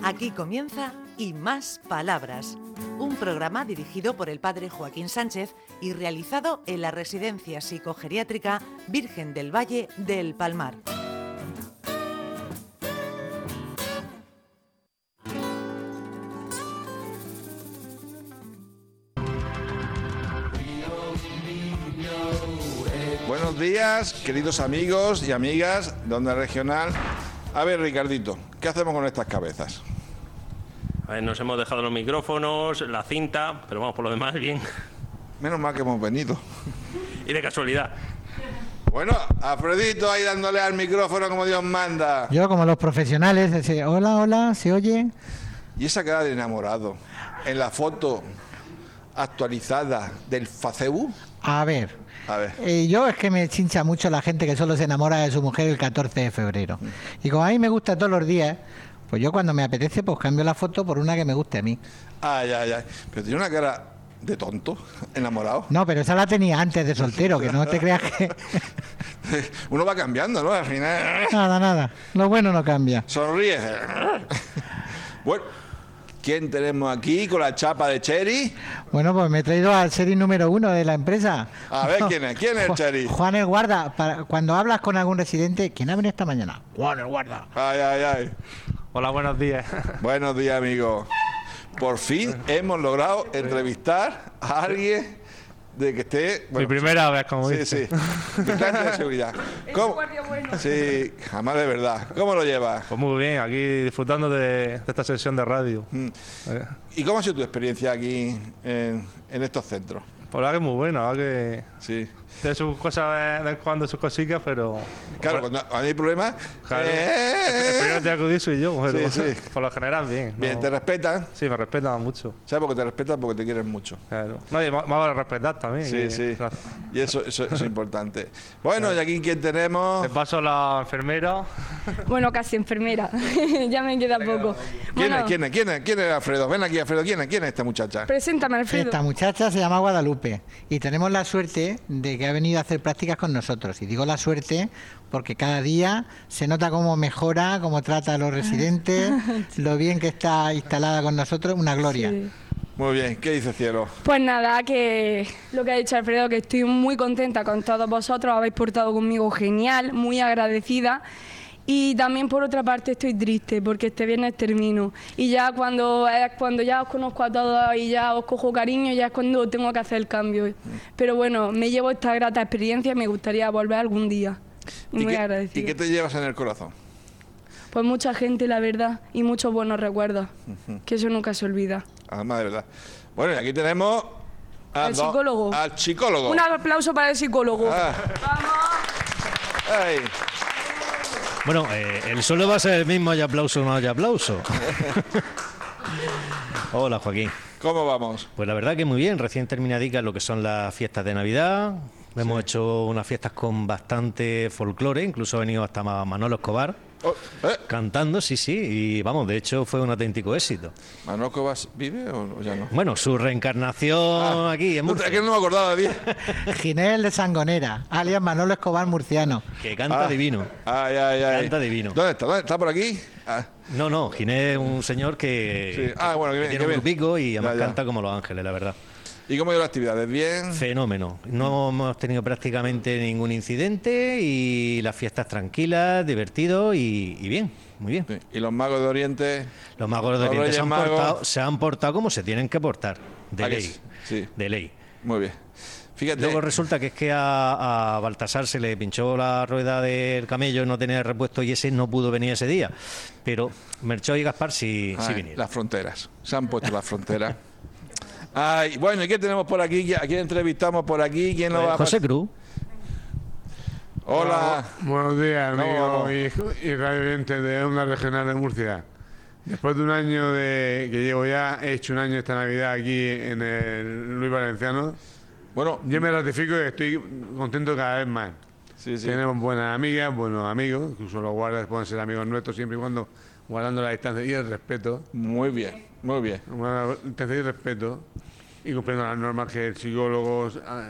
Aquí comienza Y Más Palabras, un programa dirigido por el padre Joaquín Sánchez y realizado en la Residencia Psicogeriátrica Virgen del Valle del Palmar. Buenos días, queridos amigos y amigas de Onda Regional. A ver, Ricardito, ¿qué hacemos con estas cabezas? A ver, nos hemos dejado los micrófonos, la cinta, pero vamos, por lo demás, bien. Menos mal que hemos venido. Y de casualidad. Bueno, Alfredito ahí dándole al micrófono como Dios manda. Yo, como los profesionales, decía, hola, hola, ¿se oye? Y esa cara de enamorado, en la foto actualizada del Facebook. A ver, yo es que me chincha mucho la gente que solo se enamora de su mujer el 14 de febrero. Y como a mí me gusta todos los días, pues yo cuando me apetece, pues cambio la foto por una que me guste a mí. Ay. Pero tiene una cara de tonto, enamorado. No, pero esa la tenía antes de soltero, que no te creas que... Uno va cambiando, ¿no? Al final... Nada. Lo bueno no cambia. Sonríe. Bueno, ¿quién tenemos aquí con la chapa de Cherry? Bueno, pues me he traído al Cherry número 1 de la empresa. A ver, ¿quién es el Cherry? Juan el Guarda. Cuando hablas con algún residente, ¿quién ha venido esta mañana? Juan el Guarda. Ay. Hola, buenos días. Buenos días, amigo. Por fin hemos logrado entrevistar a alguien de que esté... Bueno, mi primera vez, como dice. Sí. Vigilante de seguridad. ¿Cómo? Sí, jamás de verdad. ¿Cómo lo llevas? Pues muy bien, aquí disfrutando de esta sesión de radio. ¿Y cómo ha sido tu experiencia aquí en estos centros? Pues la verdad que es muy buena, la verdad que... Sí. Tiene sus cosas de vez en cuando, sus cositas, pero... Claro, cuando hay problemas... Claro, el primero que acudir soy yo, pero sí. Por lo general bien. Bien, ¿te respetan? Sí, me respetan mucho. ¿Sabes por qué te respetan? Porque te quieren mucho. Claro. No, y me van a respetar también. Sí. Claro. Y eso es importante. Bueno, claro. ¿Y aquí quién tenemos? Te paso a la enfermera. Bueno, casi enfermera. Ya me queda poco. ¿Quién es Alfredo? Ven aquí, Alfredo. ¿Quién es esta muchacha? Preséntame, Alfredo. Esta muchacha se llama Guadalupe y tenemos la suerte de que ha venido a hacer prácticas con nosotros. Y digo la suerte porque cada día se nota cómo mejora, cómo trata a los residentes, lo bien que está instalada con nosotros, una gloria. Sí. Muy bien, ¿qué dice Cielo? Pues nada, que lo que ha dicho Alfredo, que estoy muy contenta con todos vosotros, habéis portado conmigo genial, muy agradecida. Y también por otra parte estoy triste porque este viernes termino y ya cuando ya os conozco a todos y ya os cojo cariño, ya es cuando tengo que hacer el cambio. Pero bueno, me llevo esta grata experiencia y me gustaría volver algún día. Muy agradecida. ¿Y qué te llevas en el corazón? Pues mucha gente, la verdad, y muchos buenos recuerdos, que eso nunca se olvida. Además, de verdad. Bueno, y aquí tenemos al psicólogo. Al psicólogo. Un aplauso para el psicólogo. ¡Vamos! Ay. Bueno, el suelo va a ser el mismo, haya aplauso o no haya aplauso. Hola, Joaquín. ¿Cómo vamos? Pues la verdad que muy bien, recién terminadica lo que son las fiestas de Navidad. Hemos hecho unas fiestas con bastante folclore, incluso ha venido hasta Manolo Escobar. Cantando, sí, y vamos, de hecho fue un auténtico éxito. ¿Manolo Escobar vive o ya no? Bueno, su reencarnación aquí en Murcia. Es que no me acordaba bien. Ginés de Sangonera, alias Manolo Escobar murciano. Que canta divino. Ay. Canta divino. ¿Dónde está por aquí? No, Ginés es un señor que, bueno, que tiene un grupico y además canta como Los Ángeles, la verdad. ¿Y cómo ha ido la actividad? ¿Bien? Fenómeno. No hemos tenido prácticamente ningún incidente y las fiestas tranquilas, divertido y bien, muy bien. Sí. ¿Y los magos de Oriente? Los magos de Oriente se han portado como se tienen que portar, de ley. Sí. De ley. Muy bien. Fíjate. Luego resulta que es que a Baltasar se le pinchó la rueda del camello, no tenía repuesto y ese no pudo venir ese día. Pero Melchor y Gaspar sí vinieron. Las fronteras. Se han puesto las fronteras. Ay, bueno, ¿y qué tenemos por aquí? ¿A quién entrevistamos por aquí? ¿Quién lo va a José Cruz. Hola. Buenos días, amigos y radioyentes de Onda Regional de Murcia. Después de un año que llevo ya, he hecho un año esta Navidad aquí en el Luis Valenciano. Bueno, yo me ratifico y estoy contento cada vez más. Sí. Tenemos buenas amigas, buenos amigos, incluso los guardas pueden ser amigos nuestros siempre y cuando guardando la distancia y el respeto. Muy bien. Guardando la distancia y el respeto. Y cumpliendo las normas que el psicólogo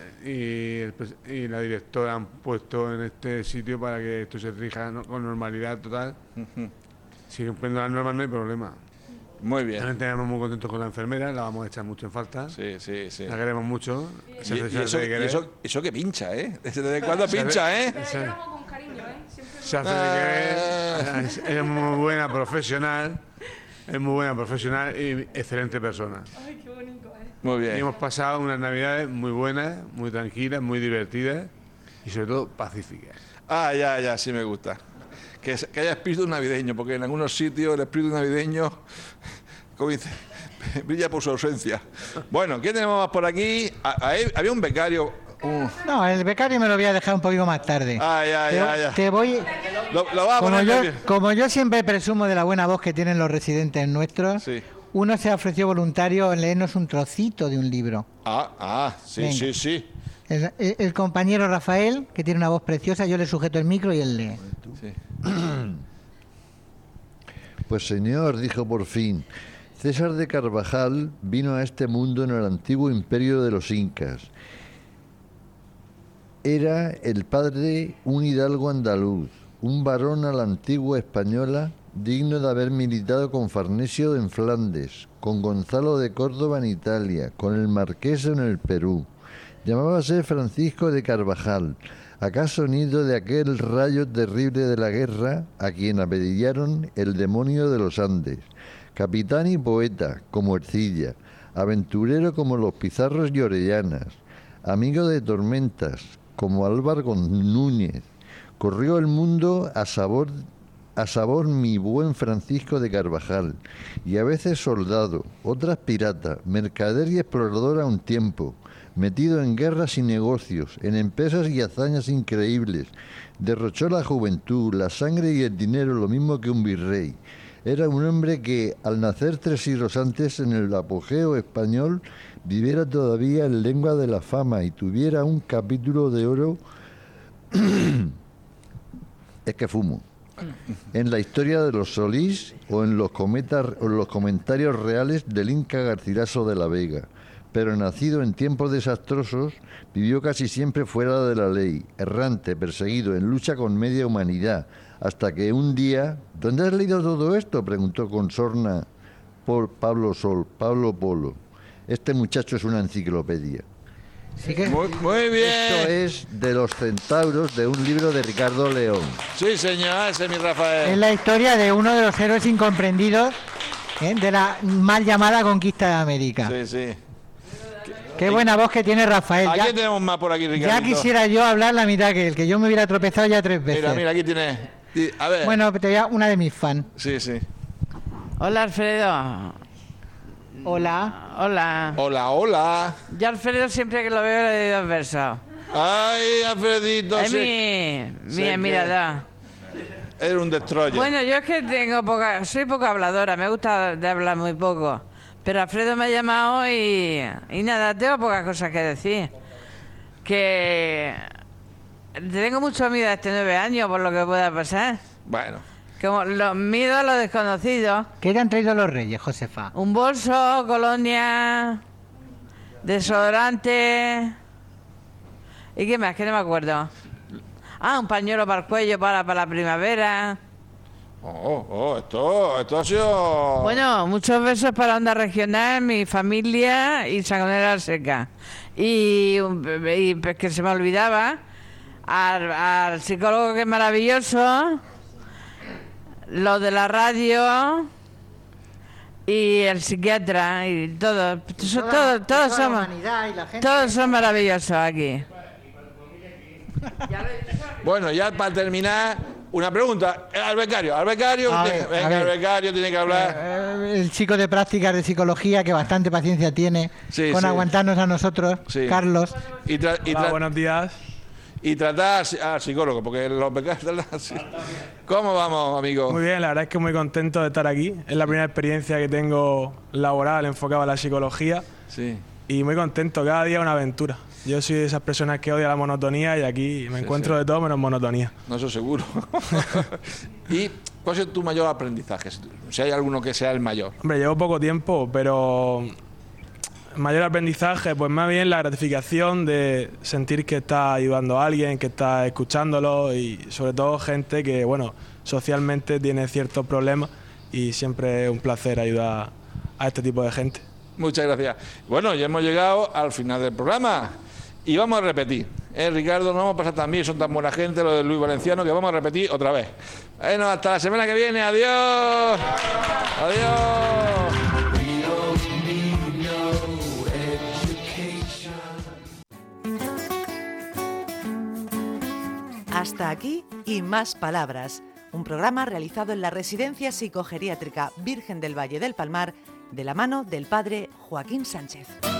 y la directora han puesto en este sitio para que esto se rija con normalidad total. Si cumpliendo las normas no hay problema. Muy bien. También tenemos muy contentos con la enfermera, la vamos a echar mucho en falta. Sí. La queremos mucho. Eso que pincha, ¿eh? ¿Desde cuándo pincha, eh? Pero yo lo hago con cariño, Siempre Se hace de querer. Es muy buena profesional. Es muy buena profesional y excelente persona. Ay, qué bonito, Muy bien. Y hemos pasado unas navidades muy buenas, muy tranquilas, muy divertidas y sobre todo pacíficas. Ya, sí me gusta. Que haya espíritu navideño, porque en algunos sitios el espíritu navideño, como dice, brilla por su ausencia. Bueno, ¿qué tenemos más por aquí? Había un becario. No, el becario me lo voy a dejar un poquito más tarde. Ya. Te voy... Lo vas a poner Como yo siempre presumo de la buena voz que tienen los residentes nuestros, Sí. uno se ofreció voluntario en leernos un trocito de un libro. Sí. El compañero Rafael, que tiene una voz preciosa, yo le sujeto el micro y él lee. Sí. Pues señor, dijo por fin, César de Carvajal vino a este mundo en el antiguo imperio de los incas. Era el padre de un hidalgo andaluz, un varón a la antigua española, digno de haber militado con Farnesio en Flandes, con Gonzalo de Córdoba en Italia, con el Marqués en el Perú. Llamábase Francisco de Carvajal, acaso nido de aquel rayo terrible de la guerra a quien apellidaron el demonio de los Andes. Capitán y poeta, como Ercilla, aventurero como los Pizarros y Orellanas, amigo de tormentas, como Álvaro Núñez. Corrió el mundo a sabor mi buen Francisco de Carvajal, y a veces soldado, otras pirata, mercader y explorador a un tiempo, metido en guerras y negocios, en empresas y hazañas increíbles. Derrochó la juventud, la sangre y el dinero lo mismo que un virrey. Era un hombre que, al nacer 3 siglos antes en el apogeo español, viviera todavía en lengua de la fama y tuviera un capítulo de oro es que fumo en la historia de los Solís o en los comentarios reales del Inca Garcilaso de la Vega. Pero nacido en tiempos desastrosos, vivió casi siempre fuera de la ley, errante, perseguido, en lucha con media humanidad, hasta que un día... ¿Dónde has leído todo esto?, preguntó con sorna Pablo Polo. Este muchacho es una enciclopedia. ¿Sí que? Muy bien. Esto es de los centauros, de un libro de Ricardo León. Sí, señor, ese es mi Rafael. Es la historia de uno de los héroes incomprendidos de la mal llamada conquista de América. Sí. Qué buena voz que tiene Rafael. ¿A quién tenemos más por aquí, Ricardo? Ya quisiera yo hablar la mitad que él, que yo me hubiera tropezado ya 3 veces. Mira, aquí tienes. A ver. Bueno, te voy a una de mis fans. Sí. Hola, Alfredo. Hola. Hola. Yo, Alfredo, siempre que lo veo le doy 2 versos. Ay, Alfredito. Es mi admirador. Eres un destroyer. Bueno, yo es que soy poco habladora, me gusta de hablar muy poco. Pero Alfredo me ha llamado y nada, tengo pocas cosas que decir. Que tengo mucho miedo a este 9 años por lo que pueda pasar. Bueno. Como los miedos a lo desconocido. ¿Qué te han traído los reyes, Josefa? Un bolso, colonia, desodorante. ¿Y qué más? Que no me acuerdo. Un pañuelo para el cuello para la primavera. Esto ha sido... Bueno, muchos besos para Onda Regional, mi familia y Sangonera Seca. Y pues que se me olvidaba, al psicólogo que es maravilloso, lo de la radio y el psiquiatra y todo. Todos son maravillosos aquí. Bueno, ya para terminar, una pregunta. Al becario. El becario tiene que hablar. El chico de prácticas de psicología, que bastante paciencia tiene con aguantarnos a nosotros, Carlos. Hola, buenos días. Y tratar al psicólogo, porque los becarios... ¿Cómo vamos, amigo? Muy bien, la verdad es que muy contento de estar aquí. Es la primera experiencia que tengo laboral enfocada a la psicología. Sí. Y muy contento, cada día una aventura. Yo soy de esas personas que odian la monotonía y aquí me encuentro de todo menos monotonía. No, eso seguro. ¿Y cuál es tu mayor aprendizaje? Si hay alguno que sea el mayor. Hombre, llevo poco tiempo, pero mayor aprendizaje, pues más bien la gratificación de sentir que está ayudando a alguien, que está escuchándolo y sobre todo gente que, bueno, socialmente tiene ciertos problemas y siempre es un placer ayudar a este tipo de gente. Muchas gracias. Bueno, ya hemos llegado al final del programa y vamos a repetir. Ricardo, no vamos a pasar tan bien, son tan buena gente los de Luis Valenciano, que vamos a repetir otra vez. Bueno, hasta la semana que viene. Adiós. Adiós. Hasta aquí y más palabras. Un programa realizado en la Residencia Psicogeriátrica Virgen del Valle del Palmar de la mano del padre Joaquín Sánchez.